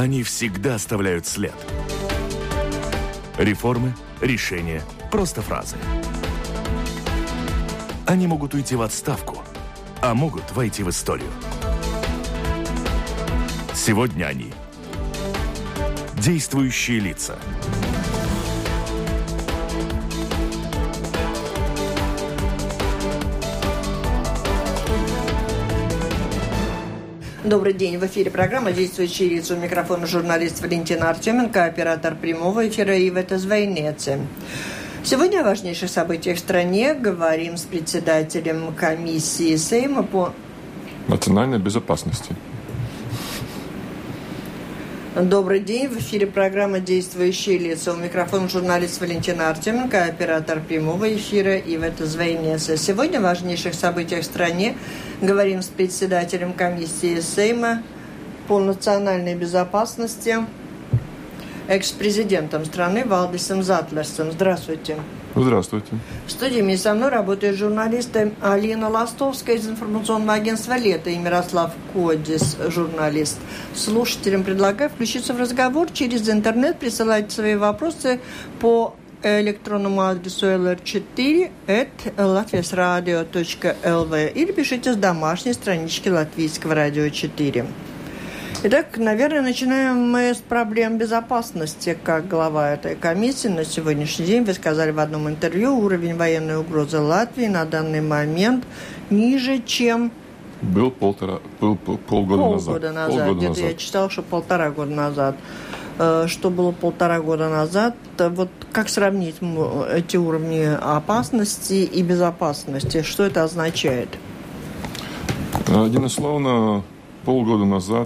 Они всегда оставляют след. Реформы, решения, просто фразы. Они могут уйти в отставку, а могут войти в историю. Сегодня они – действующие лица. Добрый день. В эфире программа «Действующие лица». У микрофона журналист Валентина Артеменко, оператор прямого эфира Ивета Звайнеце. Сегодня о важнейших событиях в стране говорим с председателем комиссии Сейма по национальной безопасности. Добрый день. В эфире программа «Действующие лица». У микрофона журналист Валентина Артеменко, оператор прямого эфира Ивета Звайнеце. Сегодня о важнейших событиях в стране говорим с председателем комиссии Сейма по национальной безопасности, экс-президентом страны Валдисом Затлерсом. Здравствуйте. Здравствуйте. В студии вместе со мной работают журналисты Алина Ластовская из информационного агентства «Лето» и Мирослав Кодис, журналист. Слушателям предлагаю включиться в разговор через интернет, присылать свои вопросы по электронному адресу lr4@latviasradio.lv или пишите с домашней странички Латвийского радио 4. Итак, наверное, начинаем мы с проблем безопасности. Как глава этой комиссии на сегодняшний день вы сказали в одном интервью, уровень военной угрозы Латвии на данный момент ниже, чем... Был полгода назад. Где-то я читал, что 1,5 года назад. Что было 1,5 года назад? Вот как сравнить эти уровни опасности и безопасности? Что это означает? Однословно, полгода назад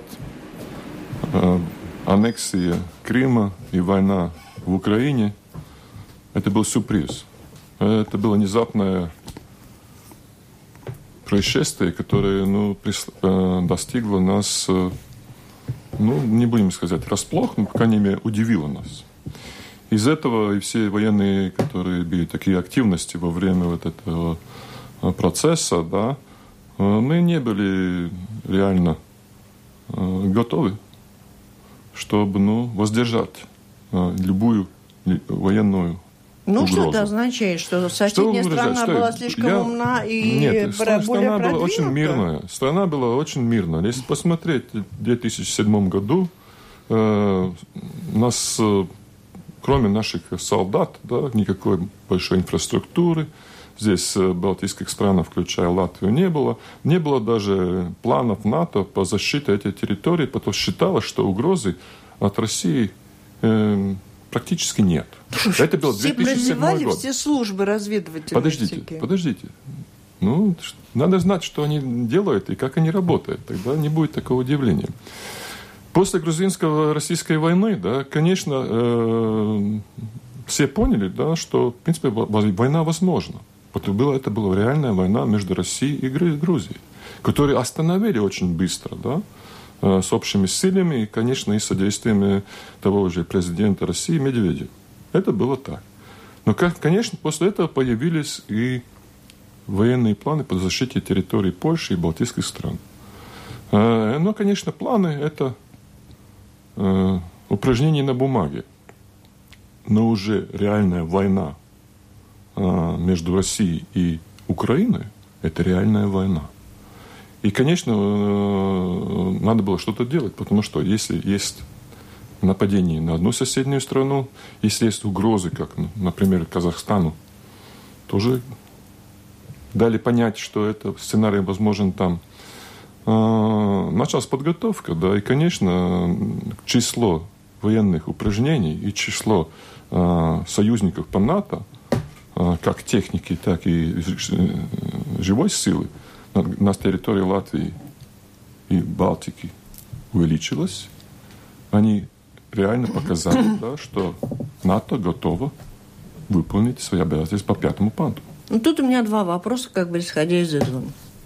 аннексия Крыма и война в Украине – это был сюрприз. Это было внезапное происшествие, которое достигло нас, не будем сказать врасплох, но, по крайней мере, удивило нас. Из этого и все военные, которые были такие активности во время вот этого процесса, да, мы не были реально готовы, чтобы воздержать любую военную угрозу. Что это означает? Что соседняя страна была слишком умна и более страна была очень мирная. Страна была очень мирная. Если посмотреть, в 2007 году нас, кроме наших солдат, никакой большой инфраструктуры, здесь балтийских стран, включая Латвию, не было. Не было даже планов НАТО по защите этих территорий, потому что считалось, что угрозы от России практически нет. Это было 2007 год. Все службы разведывательные. Подождите. Надо знать, что они делают и как они работают. Тогда не будет такого удивления. После грузинско-российской войны, конечно, все поняли, что, в принципе, война возможна. Это была реальная война между Россией и Грузией, которую остановили очень быстро, с общими силами и, конечно, и содействием того же президента России Медведева. Это было так. Но, конечно, после этого появились и военные планы по защите территории Польши и Балтийских стран. Но, конечно, планы – это упражнения на бумаге. Но уже реальная война между Россией и Украиной – это реальная война. И, конечно, надо было что-то делать, потому что если есть нападение на одну соседнюю страну, если есть угрозы, как, например, Казахстану, тоже дали понять, что это сценарий возможен там. Началась подготовка, и, конечно, число военных упражнений и число союзников по НАТО, как техники, так и живой силы на территории Латвии и Балтики увеличилось. Они реально показали, что НАТО готово выполнить свои обязанности по 5-му пункту. Тут у меня 2 вопроса, исходя из этого.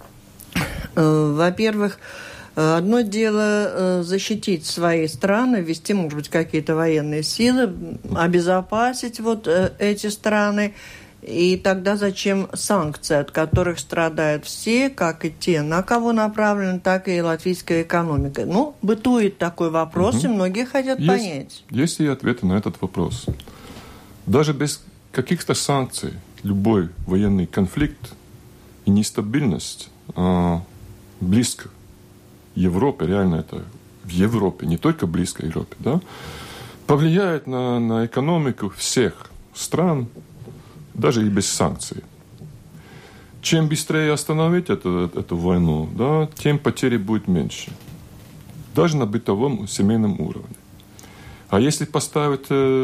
Во-первых, одно дело защитить свои страны, ввести, может быть, какие-то военные силы, обезопасить эти страны. И тогда зачем санкции, от которых страдают все, как и те, на кого направлены, так и латвийская экономика? Ну, бытует такой вопрос, и многие хотят понять. Есть и ответы на этот вопрос. Даже без каких-то санкций любой военный конфликт и нестабильность близко Европе, реально это в Европе, не только близко Европе, да, повлияет на экономику всех стран, даже и без санкций. Чем быстрее остановить эту войну, да, тем потери будет меньше. Даже на бытовом семейном уровне. А если поставить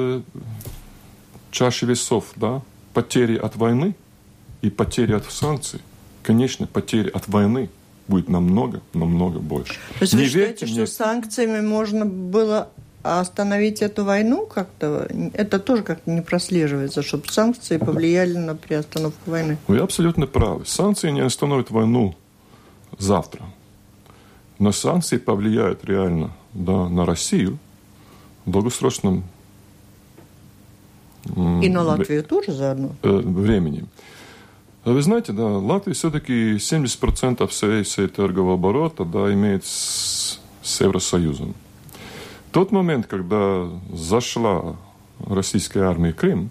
чаши весов, да, потери от войны и потери от санкций, конечно, потери от войны будет намного больше. То есть вы считаете, что санкциями можно было остановить эту войну как-то? Это тоже как-то не прослеживается, чтобы санкции повлияли на приостановку войны. Вы абсолютно правы. Санкции не остановят войну завтра. Но санкции повлияют реально, да, на Россию в долгосрочном и на Латвию тоже заодно? Времени. Вы знаете, да, Латвия все-таки 70% всей торгового оборота, да, имеет с Евросоюзом. В тот момент, когда зашла российская армия в Крым,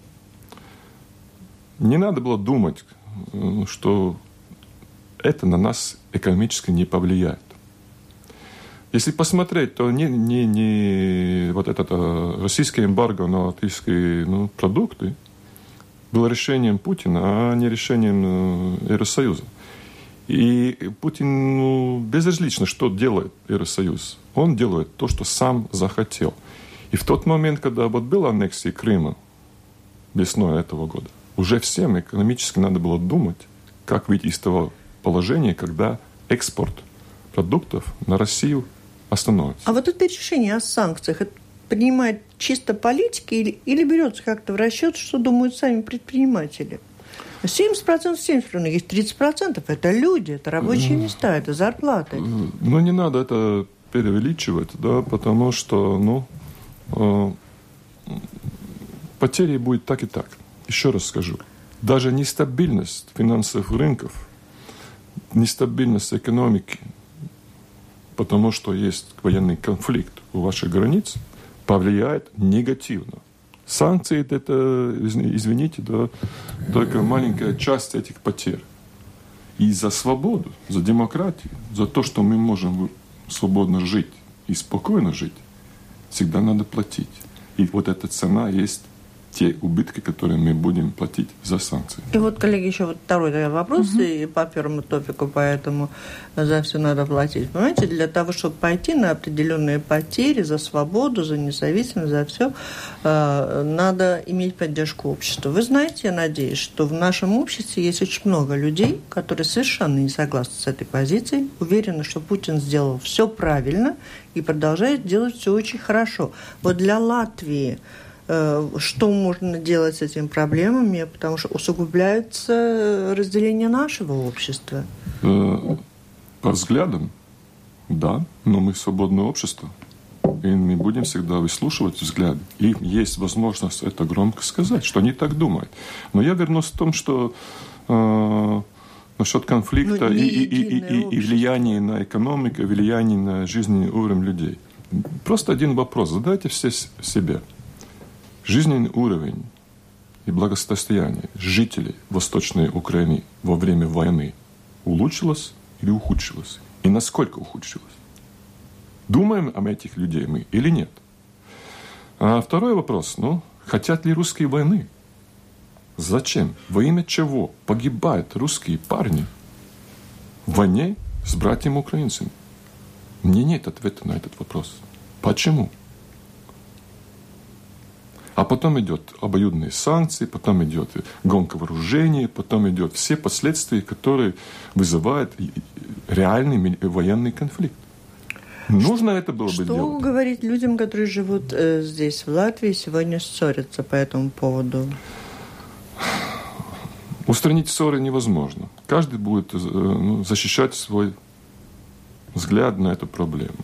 не надо было думать, что это на нас экономически не повлияет. Если посмотреть, то не вот это российское эмбарго на латвийские продукты было решением Путина, а не решением Евросоюза. И Путин безразлично, что делает Евросоюз. Он делает то, что сам захотел. И в тот момент, когда вот была аннексия Крыма весной этого года, уже всем экономически надо было думать, как выйти из того положения, когда экспорт продуктов на Россию остановится. А вот это решение о санкциях, это принимает чисто политики или берется как-то в расчет, что думают сами предприниматели? 70% есть 30%. Это люди, это рабочие места, это зарплаты. Ну, не надо это преувеличивать, да, потому что, потери будет так и так. Еще раз скажу. Даже нестабильность финансовых рынков, нестабильность экономики, потому что есть военный конфликт у ваших границ, повлияет негативно. Санкции – это, извините, да, только маленькая часть этих потерь. И за свободу, за демократию, за то, что мы можем свободно жить и спокойно жить, всегда надо платить. И вот эта цена есть те убытки, которые мы будем платить за санкции. И вот, коллеги, еще вот второй вопрос, и по первому топику, поэтому за все надо платить. Понимаете, для того, чтобы пойти на определенные потери за свободу, за независимость, за все, надо иметь поддержку общества. Вы знаете, я надеюсь, что в нашем обществе есть очень много людей, которые совершенно не согласны с этой позицией, уверены, что Путин сделал все правильно и продолжает делать все очень хорошо. Вот для Латвии что можно делать с этими проблемами, потому что усугубляется разделение нашего общества? По взглядам, да, но мы свободное общество, и мы будем всегда выслушивать взгляды. И есть возможность это громко сказать, что они так думают. Но я вернусь к тому, что насчет конфликта и влияния на экономику, влияния на жизненный уровень людей. Просто один вопрос задайте все себе. Жизненный уровень и благосостояние жителей Восточной Украины во время войны улучшилось или ухудшилось? И насколько ухудшилось? Думаем об этих людей мы или нет? А второй вопрос. Хотят ли русские войны? Зачем? Во имя чего погибают русские парни в войне с братьями украинцами? Мне нет ответа на этот вопрос. Почему? А потом идет обоюдные санкции, потом идет гонка вооружений, потом идет все последствия, которые вызывают реальный военный конфликт. Нужно это было бы делать. Что говорить людям, которые живут здесь, в Латвии, сегодня ссорятся по этому поводу? Устранить ссоры невозможно. Каждый будет защищать свой взгляд на эту проблему.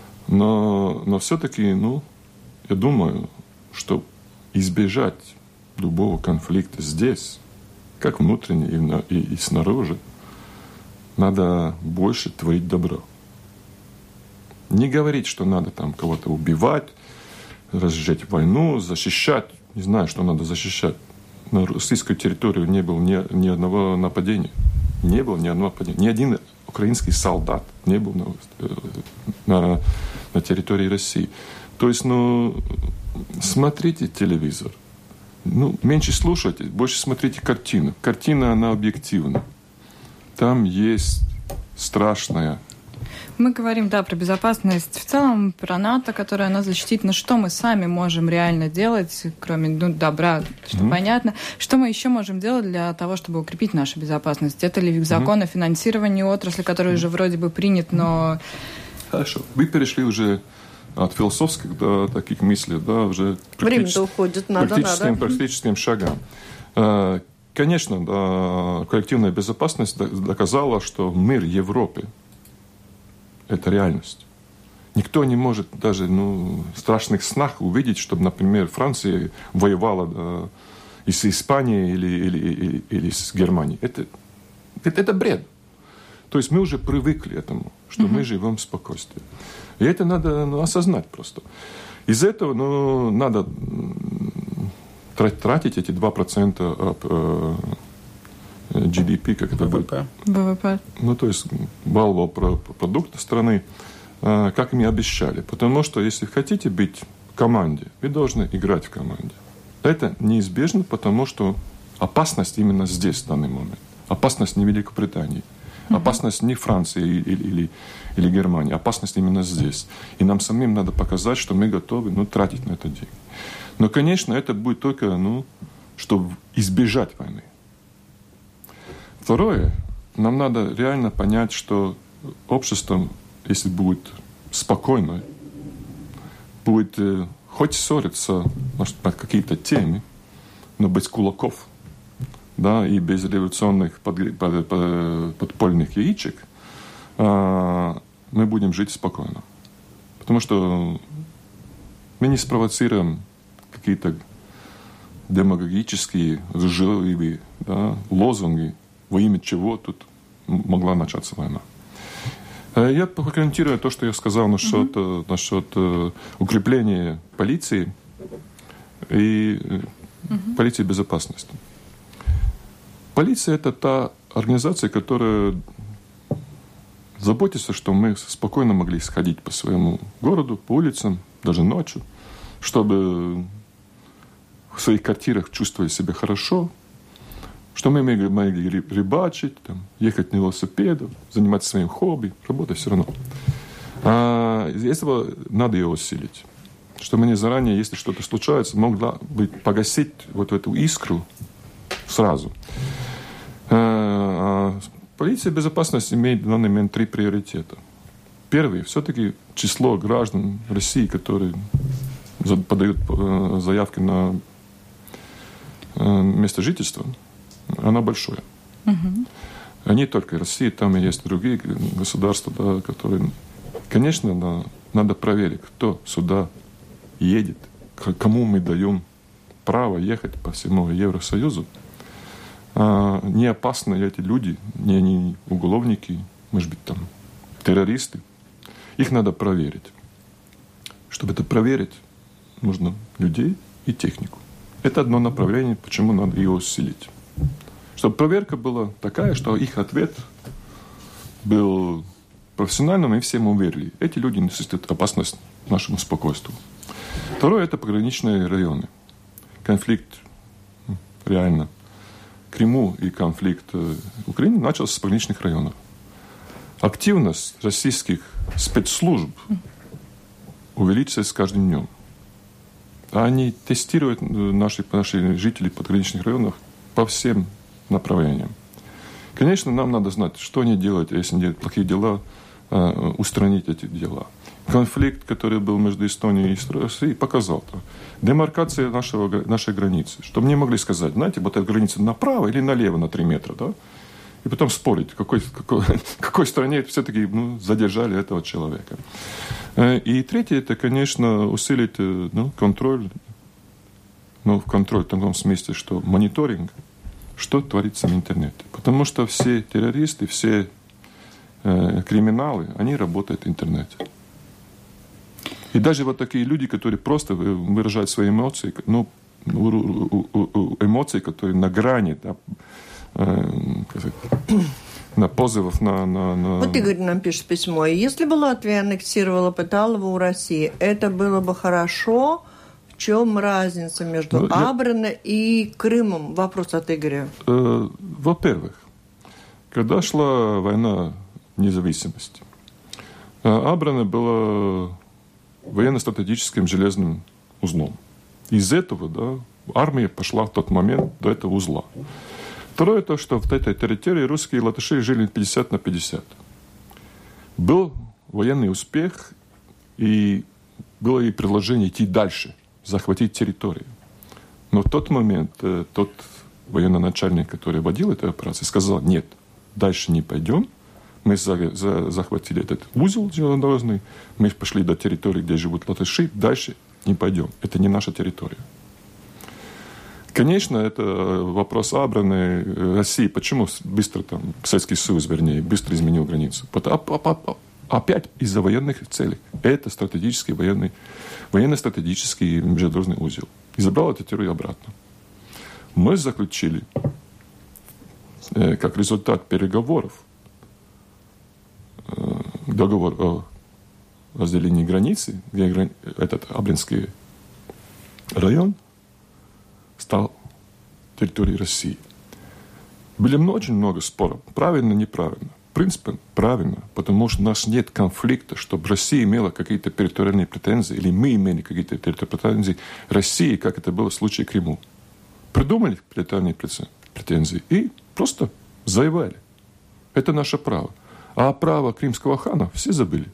Но все-таки, я думаю, что избежать любого конфликта здесь, как внутренне и снаружи, надо больше творить добро. Не говорить, что надо там кого-то убивать, разжечь войну, защищать. Не знаю, что надо защищать. На российскую территорию не было ни одного нападения. Не было ни одного нападения. Ни один украинский солдат не был на территории России. То есть, смотрите телевизор. Меньше слушайте, больше смотрите картину. Картина, она объективна. Там есть страшная. Мы говорим, про безопасность в целом, про НАТО, которая нас защитит, но что мы сами можем реально делать, кроме добра, что понятно, что мы еще можем делать для того, чтобы укрепить нашу безопасность? Это ли закон о финансировании отрасли, который уже вроде бы принят, но... Хорошо. Вы перешли уже от философских до таких мыслей, уже практическим шагам. Конечно, коллективная безопасность доказала, что мир Европы – это реальность. Никто не может даже в страшных снах увидеть, чтобы, например, Франция воевала и с Испанией или с Германией. Это бред. То есть мы уже привыкли к этому, что мы живем в спокойствии. И это надо осознать просто. Из этого надо тратить эти 2% GDP, как это ВВП. То есть валового продукта страны, как им и обещали. Потому что если хотите быть в команде, вы должны играть в команде. Это неизбежно, потому что опасность именно здесь, в данный момент. Опасность не в Великобритании. Опасность не Франции или Германии. Опасность именно здесь. И нам самим надо показать, что мы готовы тратить на это деньги. Но, конечно, это будет только, чтобы избежать войны. Второе, нам надо реально понять, что общество, если будет спокойно, будет хоть ссориться, может, по какие-то темы, но без кулаков, и без революционных подпольных яичек, мы будем жить спокойно. Потому что мы не спровоцируем какие-то демагогические, лживые лозунги, во имя чего тут могла начаться война. Я прокомментирую то, что я сказал насчет укрепления полиции и полиции безопасности. Полиция – это та организация, которая заботится, что мы спокойно могли сходить по своему городу, по улицам, даже ночью, чтобы в своих квартирах чувствовали себя хорошо, что мы могли рыбачить, ехать на велосипедах, заниматься своим хобби, работать все равно. Из этого надо ее усилить. Чтобы мы заранее, если что-то случается, могла погасить эту искру сразу. Полиция безопасности имеет в данный момент 3 приоритета. Первый – все-таки число граждан России, которые подают заявки на место жительства, оно большое. Не только Россия, там и есть другие государства, которые... Конечно, надо проверить, кто сюда едет, кому мы даем право ехать по всему Евросоюзу. Не опасны эти люди, не они уголовники, может быть, террористы. Их надо проверить. Чтобы это проверить, нужно людей и технику. Это одно направление, почему надо ее усилить. Чтобы проверка была такая, что их ответ был профессиональным, и всем уверили. Эти люди несут опасность нашему спокойствию. Второе – это пограничные районы. Конфликт реально. Крыму и конфликт в Украине начался с пограничных районов. Активность российских спецслужб увеличивается с каждым днем. Они тестируют наших жителей в пограничных районах по всем направлениям. Конечно, нам надо знать, что они делают, если они делают плохие дела, устранить эти дела. Конфликт, который был между Эстонией и Россией, показал то. Демаркация нашей границы. Чтобы не могли сказать, знаете, вот эта граница направо или налево на 3 метра, да? И потом спорить, в какой стране все-таки задержали этого человека. И третье, это, конечно, усилить контроль но в контроль в том смысле, что мониторинг, что творится в интернете. Потому что все террористы, все криминалы, они работают в интернете. И даже вот такие люди, которые просто выражают свои эмоции, ну, эмоции, которые на грани, да, на позывов, на... Вот Игорь нам пишет письмо. Если бы Латвия аннексировала Пыталово у России, это было бы хорошо. В чем разница между Абране и Крымом? Вопрос от Игоря. Во-первых, когда шла война независимости, Абране была военно-стратегическим железным узлом. Из этого, да, армия пошла в тот момент до этого узла. Второе, то, что в этой территории русские и латыши жили 50 на 50. Был военный успех, и было и предложение идти дальше, захватить территорию. Но в тот момент тот военноначальник, который водил эту операцию, сказал: нет, дальше не пойдем. Мы захватили этот узел железнодорожный, мы пошли до территории, где живут латыши, дальше не пойдем. Это не наша территория. Конечно, это вопрос Абраны, России. Почему быстро там Советский Союз, вернее, быстро изменил границу? Опять из-за военных целей. Это стратегический военно-стратегический железнодорожный узел. И забрал эту территорию обратно. Мы заключили, как результат переговоров, договор о разделении границы, где этот Абринский район стал территорией России. Были очень много споров. Правильно, неправильно. В принципе, правильно, потому что у нас нет конфликта, чтобы Россия имела какие-то территориальные претензии, или мы имели какие-то территориальные претензии России, как это было в случае Крыма. Придумали территориальные претензии и просто завоевали. Это наше право. А право крымского хана все забыли.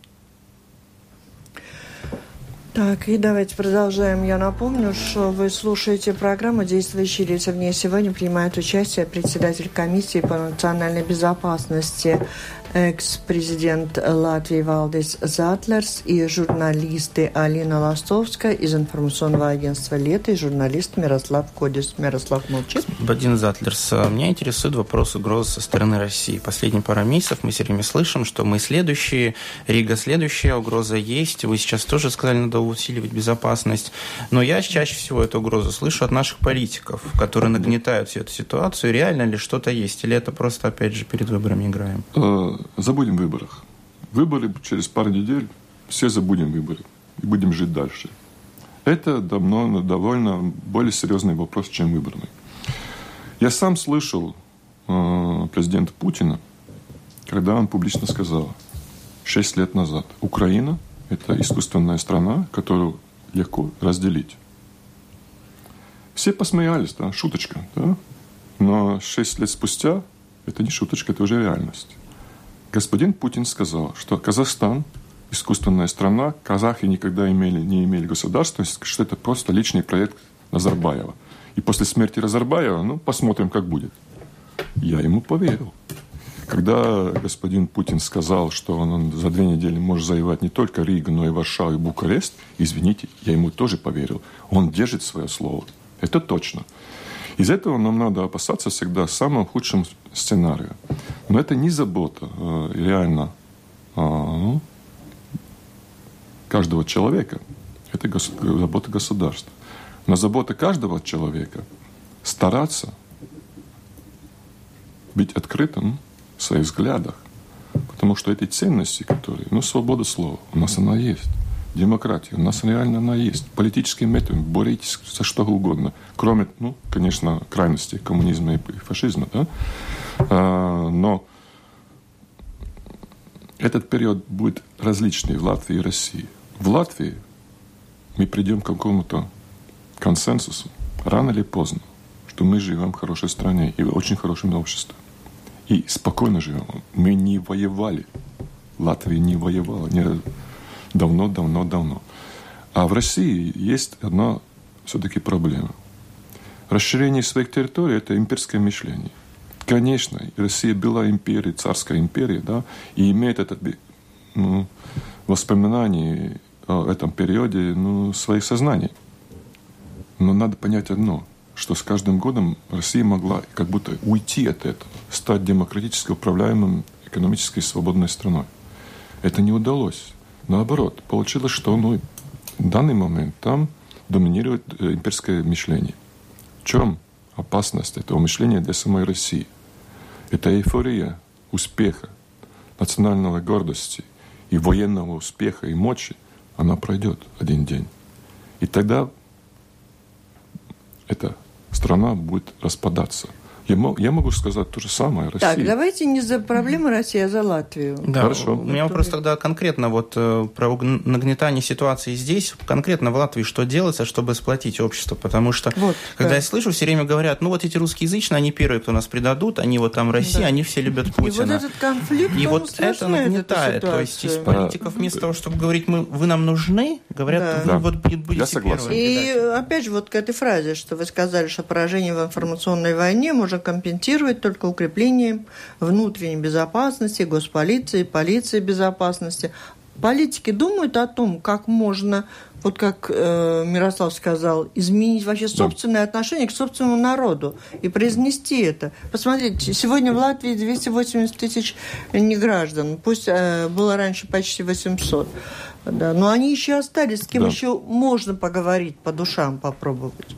Так, и давайте продолжаем. Я напомню, что вы слушаете программу «Действующие лица». В ней сегодня принимает участие председатель комиссии по национальной безопасности, экс-президент Латвии Валдис Затлерс и журналисты Алина Ластовская из информационного агентства «Лето» и журналист Мирослав Кодис. Мирослав молчит. Господин Затлерс, меня интересует вопрос угрозы со стороны России. Последние пару месяцев мы все время слышим, что мы следующие, Рига следующая, угроза есть. Вы сейчас тоже сказали, надо усиливать безопасность. Но я чаще всего эту угрозу слышу от наших политиков, которые нагнетают всю эту ситуацию. Реально ли что-то есть? Или это просто, опять же, перед выборами играем? Забудем о выборах. Выборы через пару недель, все забудем выборы и будем жить дальше. Это довольно более серьезный вопрос, чем выборы. Я сам слышал президента Путина, когда он публично сказал 6 лет назад: Украина – это искусственная страна, которую легко разделить. Все посмеялись, да, шуточка, да? Но 6 лет спустя это не шуточка, это уже реальность. Господин Путин сказал, что Казахстан – искусственная страна, казахи никогда не имели государственность, что это просто личный проект Назарбаева. И после смерти Назарбаева, посмотрим, как будет. Я ему поверил. Когда господин Путин сказал, что он за 2 недели может завоевать не только Ригу, но и Варшаву и Бухарест, извините, я ему тоже поверил. Он держит свое слово. Это точно. Из этого нам надо опасаться всегда самого худшего сценария. Но это не забота реально каждого человека. Это забота государства. Но забота каждого человека стараться быть открытым в своих взглядах. Потому что эти ценности, которые... свобода слова, у нас она есть. Демократия, у нас реально она есть. Политические методы, боритесь за что угодно. Кроме, конечно, крайностей коммунизма и фашизма. Да? Но этот период будет различный в Латвии и России. В Латвии мы придем к какому-то консенсусу, рано или поздно, что мы живем в хорошей стране и в очень хорошем обществе. И спокойно живем. Мы не воевали. Латвия не воевала. Давно. А в России есть одна все-таки проблема. Расширение своих территорий – это имперское мышление. Конечно, Россия была империей, царская империя, да, и имеет это воспоминание о этом периоде в своих сознаниях. Но надо понять одно, что с каждым годом Россия могла как будто уйти от этого, стать демократически управляемым, экономически свободной страной. Это не удалось. Наоборот, получилось, что в данный момент там доминирует имперское мышление. В чем опасность этого мышления для самой России? Это эйфория успеха, национальной гордости и военного успеха и мощи, она пройдет один день. И тогда эта страна будет распадаться. Я могу сказать то же самое о России. Так, давайте не за проблемы России, а за Латвию. Да, хорошо. У меня вопрос тогда конкретно про нагнетание ситуации здесь, конкретно в Латвии, что делается, чтобы сплотить общество? Потому что, когда я слышу, все время говорят, эти русскоязычные, они первые, кто нас предадут, они там Россия, они все любят Путина. И вот этот конфликт, и вот это нагнетает. То есть из политиков вместо того, чтобы говорить, вы нам нужны, говорят, вы будете первыми. И опять же, к этой фразе, что вы сказали, что поражение в информационной войне можно компенсировать только укреплением внутренней безопасности, госполиции, полиции безопасности. Политики думают о том, как можно, как Мирослав сказал, изменить вообще собственное отношение к собственному народу и произнести это. Посмотрите, сегодня в Латвии 280 тысяч неграждан, пусть было раньше почти 800. Да, но они еще остались, с кем еще можно поговорить, по душам попробовать.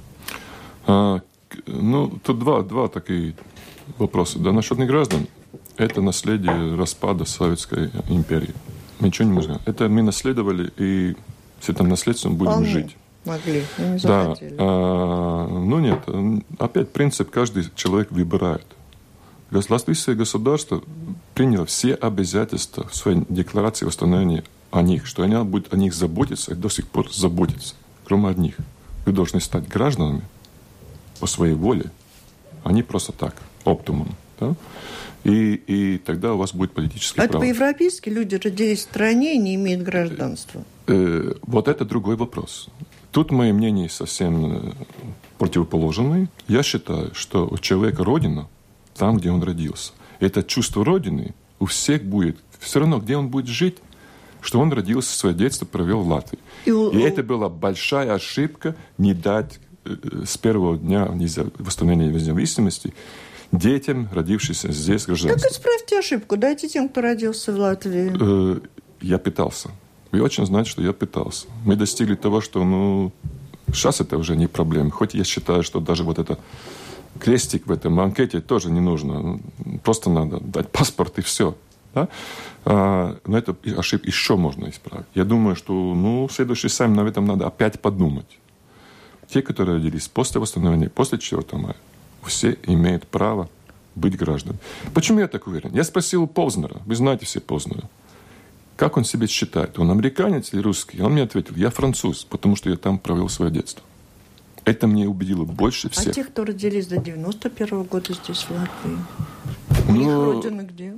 Тут два такие вопроса. Насчет неграждан, это наследие распада Советской империи. Мы ничего не можем. Это мы наследовали, и с этим наследством будем жить. Могли, но не захотели. Нет. Опять принцип, каждый человек выбирает. Латвийское государство приняло все обязательства в своей декларации восстановления о них, что они будут о них заботиться и до сих пор заботятся. Кроме одних. Вы должны стать гражданами по своей воле, а не просто так, оптимум. Да? И тогда у вас будет политическое право. Это по-европейски люди родились в стране и не имеют гражданства. Вот это другой вопрос. Тут мои мнения совсем противоположные. Я считаю, что у человека родина там, где он родился. Это чувство родины у всех будет. Все равно, где он будет жить, что он родился, свое детство провел в Латвии. И это была большая ошибка не дать с первого дня восстановления независимости детям, родившимся здесь, гражданство. Так исправьте ошибку, дайте тем, кто родился в Латвии. Я пытался. Вы очень знаете, что я пытался. Мы достигли того, что, сейчас это уже не проблема. Хоть я считаю, что даже вот это крестик в этом анкете тоже не нужно. Просто надо дать паспорт и все. Да? Но эту ошибку еще можно исправить. Я думаю, что в следующий саммит на этом надо опять подумать. Те, которые родились после восстановления, после 4 мая, все имеют право быть гражданами. Почему я так уверен? Я спросил у Познера, вы знаете все Познера, как он себя считает, он американец или русский? Он мне ответил, я француз, потому что я там провел свое детство. Это мне убедило больше всех. А те, кто родились до 91 года здесь, в Латвии? У них родина где?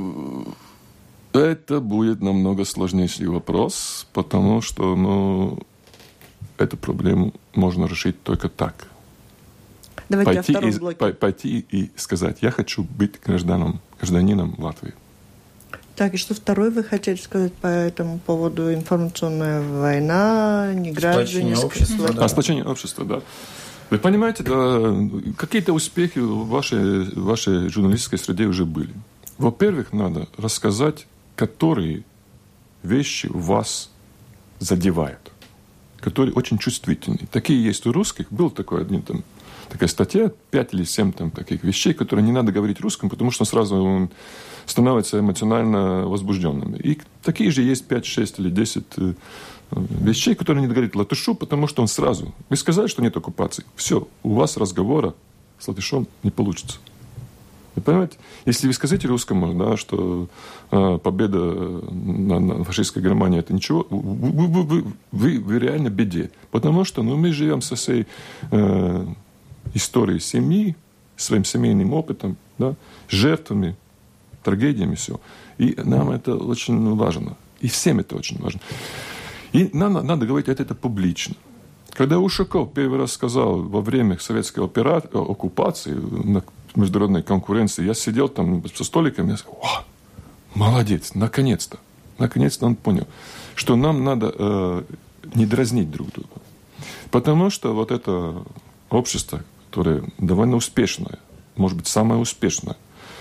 Это будет намного сложнейший вопрос, потому что, эту проблему можно решить только так. Давайте пойти и сказать, я хочу быть гражданином Латвии. Так, и что второе вы хотели сказать по этому поводу? Информационная война, неграждане, сплочение общества, да. Вы понимаете, какие-то успехи в вашей журналистской среде уже были. Во-первых, надо рассказать, которые вещи вас задевают, которые очень чувствительны. Такие есть у русских. Был такая статья, 5 или 7 таких вещей, которые не надо говорить русским, потому что сразу он становится эмоционально возбужденным. И такие же есть 5, 6 или 10 вещей, которые не надо говорить латышу, потому что он сразу... Вы сказали, что нет оккупации. Все, у вас разговора с латышом не получится. Вы понимаете? Если вы скажете русскому, что победа на фашистской Германии это ничего, вы реально в беде. Потому что мы живем со всей историей семьи, своим семейным опытом, жертвами, трагедиями, все. И нам это очень важно. И всем это очень важно. И нам надо говорить это публично. Когда Ушаков первый раз сказал во время советской оккупации, на международной конкуренции, я сидел там со столиком, я сказал, молодец, наконец-то. Наконец-то он понял, что нам надо не дразнить друг друга. Потому что вот это общество, которое довольно успешное, может быть, самое успешное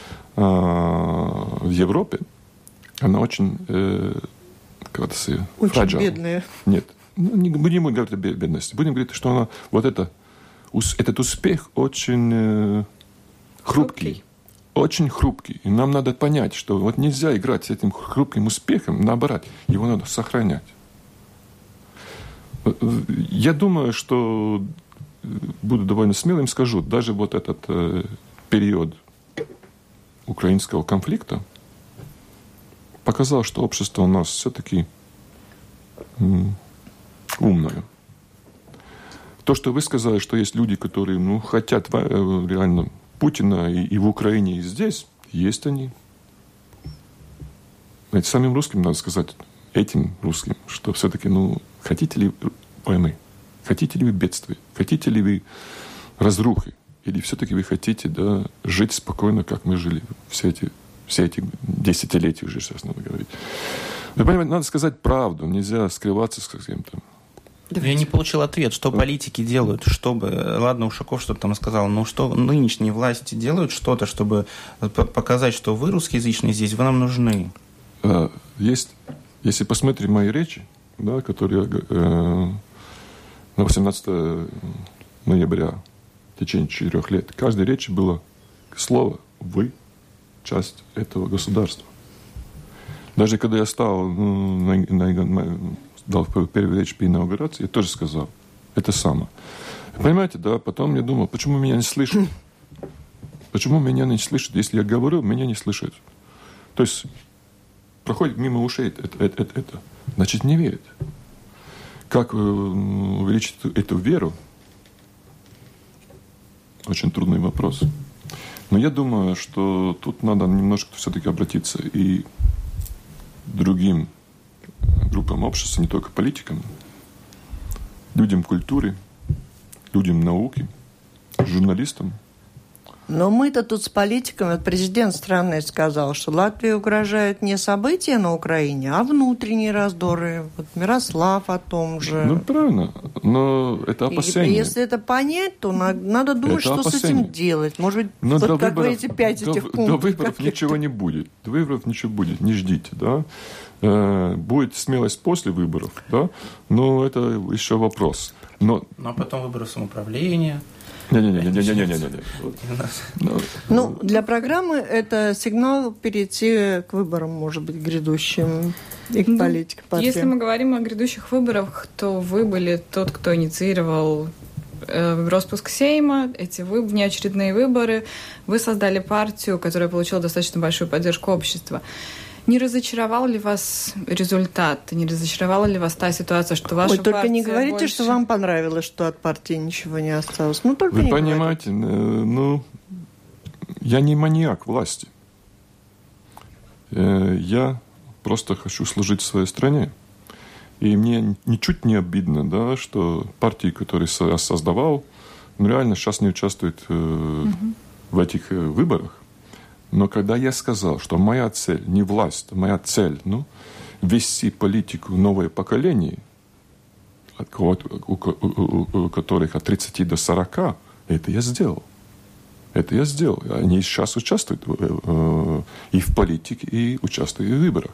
в Европе, оно очень очень бедное. Нет, не будем говорить о бедности. Будем говорить, что она, вот этот успех очень хрупкий. Очень хрупкий. И нам надо понять, что вот нельзя играть с этим хрупким успехом, наоборот, его надо сохранять. Я думаю, что буду довольно смелым, скажу, даже вот этот период украинского конфликта показал, что общество у нас все-таки умное. То, что вы сказали, что есть люди, которые хотят реально Путина и в Украине, и здесь, есть они. Ведь самим русским надо сказать, этим русским, что все-таки, хотите ли войны, хотите ли вы бедствия, хотите ли вы разрухи, или все-таки вы хотите жить спокойно, как мы жили все эти десятилетия уже, сейчас надо говорить. Вы понимаете, надо сказать правду, нельзя скрываться с кем-то. Я не получил ответ, что политики делают, чтобы... Ладно, Ушаков что-то там сказал, но что нынешние власти делают что-то, чтобы показать, что вы, русскоязычные, здесь, вы нам нужны? Если посмотреть мои речи, которые на 18 ноября в течение 4 лет, в каждой речи было слово «вы» часть этого государства. Даже когда я дал первую речь по инаугурации, я тоже сказал это самое. Понимаете, потом я думал, почему меня не слышат? Почему меня не слышат? Если я говорю, меня не слышат. То есть проходит мимо ушей это. Значит, не верят. Как увеличить эту веру? Очень трудный вопрос. Но я думаю, что тут надо немножко все-таки обратиться и к другим группам общества, не только политикам, людям культуры, людям науки, журналистам. Но мы-то тут с политиками, президент страны сказал, что Латвии угрожают не события на Украине, а внутренние раздоры. Вот Мирослав о том же. Правильно, но это опасение. И если это понять, то надо думать, что с этим делать. Может быть, вот как вы эти 5 этих пунктов. До выборов ничего не будет. До выборов ничего будет, не ждите, Будет смелость после выборов, но это еще вопрос. Но потом выборы самоуправления. Не. Для программы это сигнал перейти к выборам, может быть, грядущим и к политике. Если мы говорим о грядущих выборах, то вы были тот, кто инициировал распуск Сейма, эти внеочередные выборы. Вы создали партию, которая получила достаточно большую поддержку общества. Не разочаровал ли вас результат? Не разочаровала ли вас та ситуация, что ваша партия только не говорите, что вам понравилось, что от партии ничего не осталось. Только вы не понимаете, я не маньяк власти. Я просто хочу служить своей стране. И мне ничуть не обидно, что партии, которые я создавал, реально сейчас не участвуют в этих выборах. Но когда я сказал, что моя цель не власть, моя цель вести политику новое поколение, у которых от 30 до 40, это я сделал. Они сейчас участвуют и в политике, и участвуют в выборах.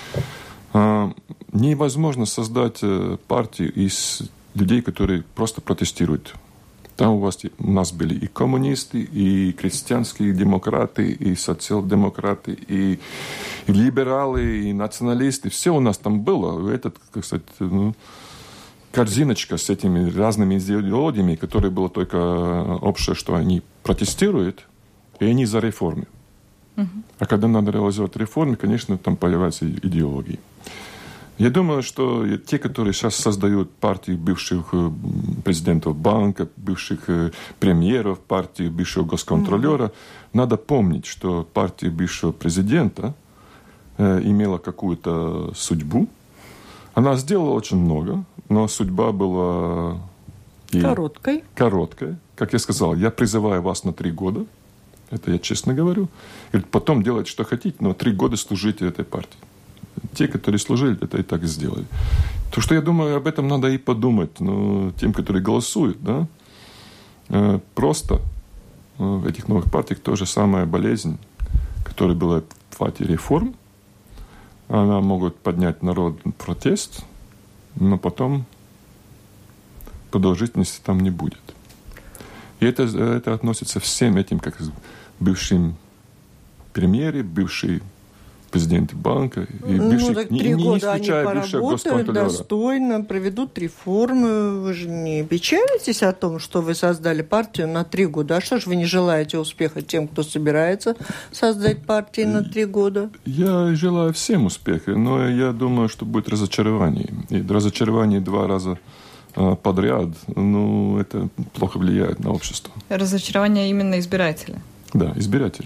Невозможно создать партию из людей, которые просто протестируют. Там у нас были и коммунисты, и крестьянские демократы, и социал-демократы, и либералы, и националисты. Все у нас там было. Это, корзиночка с этими разными идеологиями, которые было только общее, что они протестируют, и они за реформы. А когда надо реализовать реформы, конечно, там появляются идеологии. Я думаю, что те, которые сейчас создают партии бывших президентов банка, бывших премьеров, партии бывшего госконтролера, надо помнить, что партия бывшего президента имела какую-то судьбу. Она сделала очень много, но судьба была короткой. Как я сказал, я призываю вас на 3 года. Это я честно говорю. И потом делайте, что хотите, но 3 года служите этой партии. Те, которые служили, это и так сделали. То, что я думаю, об этом надо и подумать, тем, которые голосуют, да. Просто в этих новых партиях та же самая болезнь, которая была в партии реформ. Она может поднять народный протест, но потом продолжительности там не будет. И это относится всем этим, как бывшим премьеры, бывшие президенты банка и бывших, так 3 года они поработают достойно, проведут реформы. Вы же не печалитесь о том, что вы создали партию на 3 года? А что же вы не желаете успеха тем, кто собирается создать партию на 3 года? Я желаю всем успеха, но я думаю, что будет разочарование. И разочарование 2 раза подряд, это плохо влияет на общество. Разочарование именно избирателя? Да, избирателя.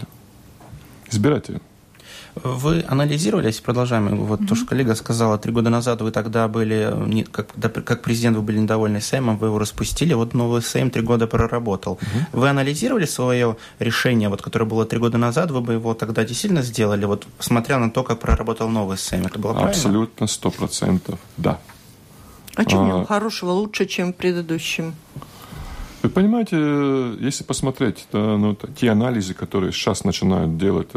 Вы анализировались, продолжаем, то, что коллега сказала, 3 года назад вы тогда были, как президент, вы были недовольны Сеймом, вы его распустили, новый Сейм 3 года проработал. Вы анализировали свое решение, которое было 3 года назад, вы бы его тогда действительно сделали, смотря на то, как проработал новый Сейм, это было правильно? Абсолютно, 100%, да. А что в нем хорошего лучше, чем в предыдущем? Вы понимаете, если посмотреть те анализы, которые сейчас начинают делать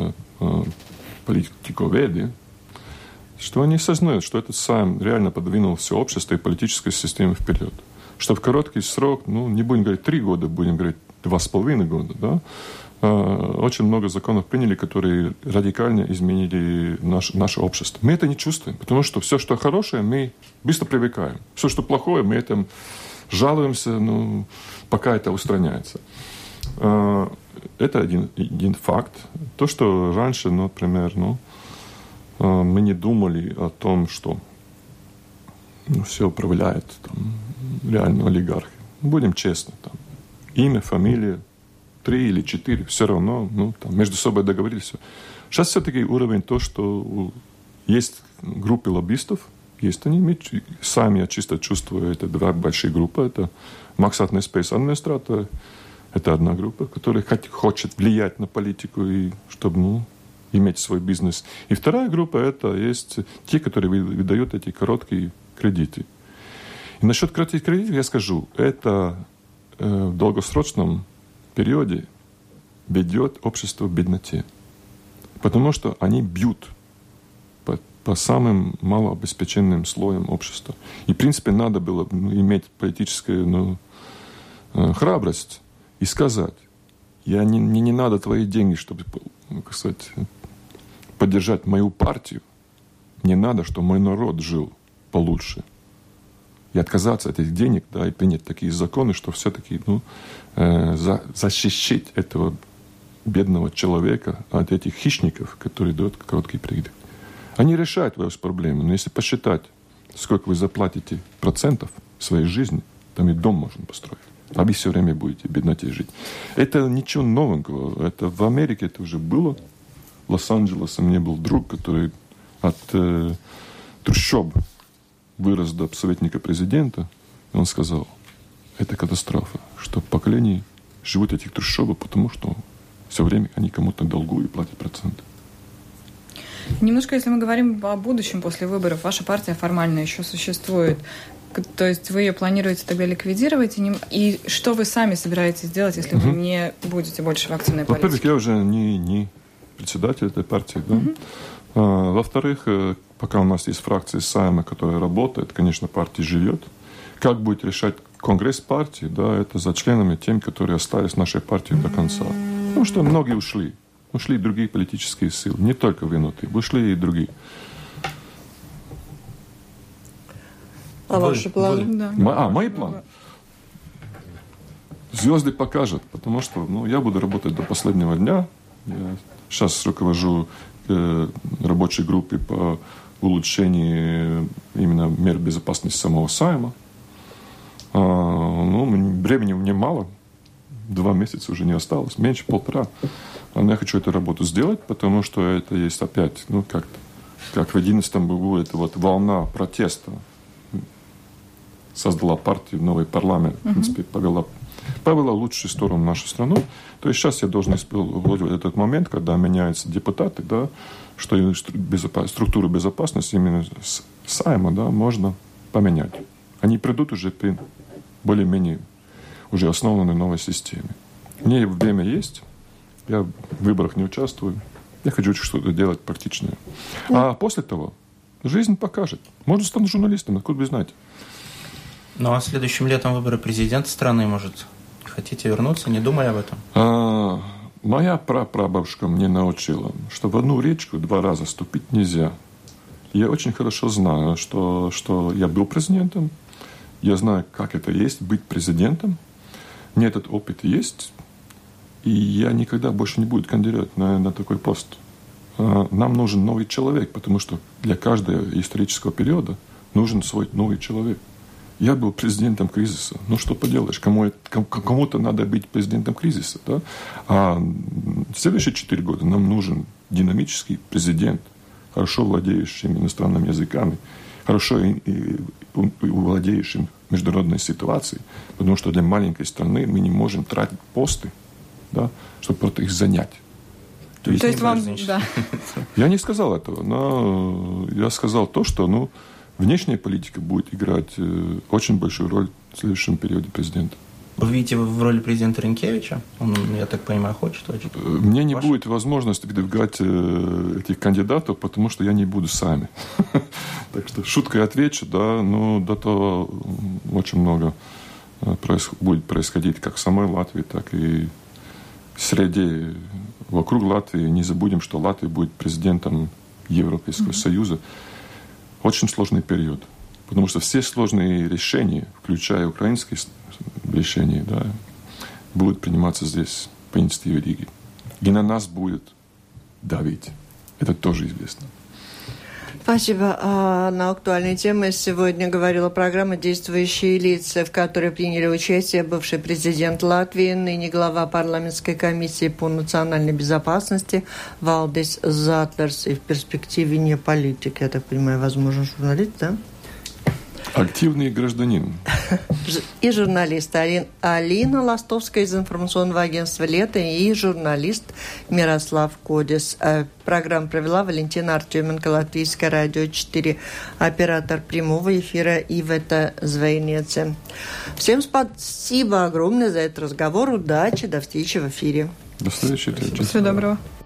политиковеды, что они осознают, что этот Сейм реально подвинул все общество и политическую систему вперед. Что в короткий срок, не будем говорить 3 года, будем говорить 2,5 года, да, очень много законов приняли, которые радикально изменили наше общество. Мы это не чувствуем, потому что все, что хорошее, мы быстро привыкаем. Все, что плохое, мы этим жалуемся, пока это устраняется. Это один факт. То, что раньше, например, мы не думали о том, что все управляет реально олигархи. Будем честны. Имя, фамилия, 3 или 4, все равно между собой договорились. Сейчас все-таки уровень то, что есть группы лоббистов, есть они, сами я чисто чувствую, это 2 большие группы, это Maksāt nespējas администратора, это одна группа, которая хочет влиять на политику и чтобы иметь свой бизнес. И вторая группа это есть те, которые выдают эти короткие кредиты. И насчет коротких кредитов я скажу, это в долгосрочном периоде ведет общество в бедноте. Потому что они бьют по самым малообеспеченным слоям общества. И, в принципе, надо было иметь политическую храбрость и сказать, мне не надо твои деньги, чтобы, поддержать мою партию. Мне надо, чтобы мой народ жил получше. И отказаться от этих денег, и принять такие законы, что все-таки защищать этого бедного человека от этих хищников, которые дают короткие кредиты. Они решают ваши проблемы, но если посчитать, сколько вы заплатите процентов в своей жизни, там и дом можно построить. А вы все время будете в бедноте жить. Это ничего нового. Это в Америке это уже было. В Лос-Анджелесе у меня был друг, который от трущоб вырос до советника президента. И он сказал, это катастрофа, что поколения живут в этих трущобах, потому что все время они кому-то долгуют и платят проценты. Немножко, если мы говорим о будущем после выборов, ваша партия формально еще существует. То есть вы ее планируете тогда ликвидировать? И что вы сами собираетесь делать, если вы не будете больше в активной политике? Во-первых, я уже не председатель этой партии. Да? Во-вторых, пока у нас есть фракция Сейма, которая работает, конечно, партия живет. Как будет решать Конгресс партии, это за членами тем, которые остались в нашей партии до конца. Потому что многие ушли. Ушли и другие политические силы. Не только вынутые. Ушли и другие. А ваши планы? Да. Мои планы? Звезды покажут. Потому что я буду работать до последнего дня. Я сейчас руковожу рабочей группой по улучшению именно мер безопасности самого Сейма. Времени мне мало. 2 месяца уже не осталось. Меньше 1,5. Но я хочу эту работу сделать, потому что это есть опять, как в 2011 году, это волна протеста создала партию, новый парламент, в принципе, повела лучшую сторону нашу страну. То есть сейчас я должен использовать этот момент, когда меняются депутаты, что структура безопасности именно Сайма, да, можно поменять. Они придут уже при более-менее уже основанной новой системе. Мне время есть, я в выборах не участвую, я хочу что-то делать практичное. А после того жизнь покажет. Можно стать журналистом, откуда вы знаете. Ну, а следующим летом выборы президента страны, может, хотите вернуться, не думая об этом? Моя прабабушка мне научила, что в одну речку 2 раза ступить нельзя. Я очень хорошо знаю, что я был президентом. Я знаю, как это есть быть президентом. Мне этот опыт есть. И я никогда больше не буду кандидировать на такой пост. Нам нужен новый человек, потому что для каждого исторического периода нужен свой новый человек. Я был президентом кризиса. Ну, что поделаешь, кому-то надо быть президентом кризиса. Да? А в следующие 4 года нам нужен динамический президент, хорошо владеющий иностранными языками, хорошо владеющим международной ситуацией, потому что для маленькой страны мы не можем тратить посты, да, чтобы просто их занять. То есть вам, да. Я не сказал этого, но я сказал то, что внешняя политика будет играть очень большую роль в следующем периоде президента. Вы видите в роли президента Ренкевича? Он, я так понимаю, хочет очень. Мне не будет возможности выдвигать этих кандидатов, потому что я не буду сами. Так что шуткой отвечу, да, но до того очень много будет происходить как в самой Латвии, так и в среде вокруг Латвии. Не забудем, что Латвия будет президентом Европейского Союза. Очень сложный период, потому что все сложные решения, включая украинские решения, да, будут приниматься здесь по инициативе Риги. И на нас будет давить. Это тоже известно. Спасибо. На актуальные темы сегодня говорила программа «Действующие лица», в которой приняли участие бывший президент Латвии, ныне глава парламентской комиссии по национальной безопасности Валдис Затлерс, и в перспективе не политик, я так понимаю, возможно, журналист, да? Активный гражданин. И журналист Алина Ластовская из информационного агентства «Лето», и журналист Мирослав Кодис. Программу провела Валентина Артеменко, Латвийское радио 4, оператор прямого эфира Ивета Звейнеце. Всем спасибо огромное за этот разговор. Удачи, до встречи в эфире. До следующей встречи. Всего доброго.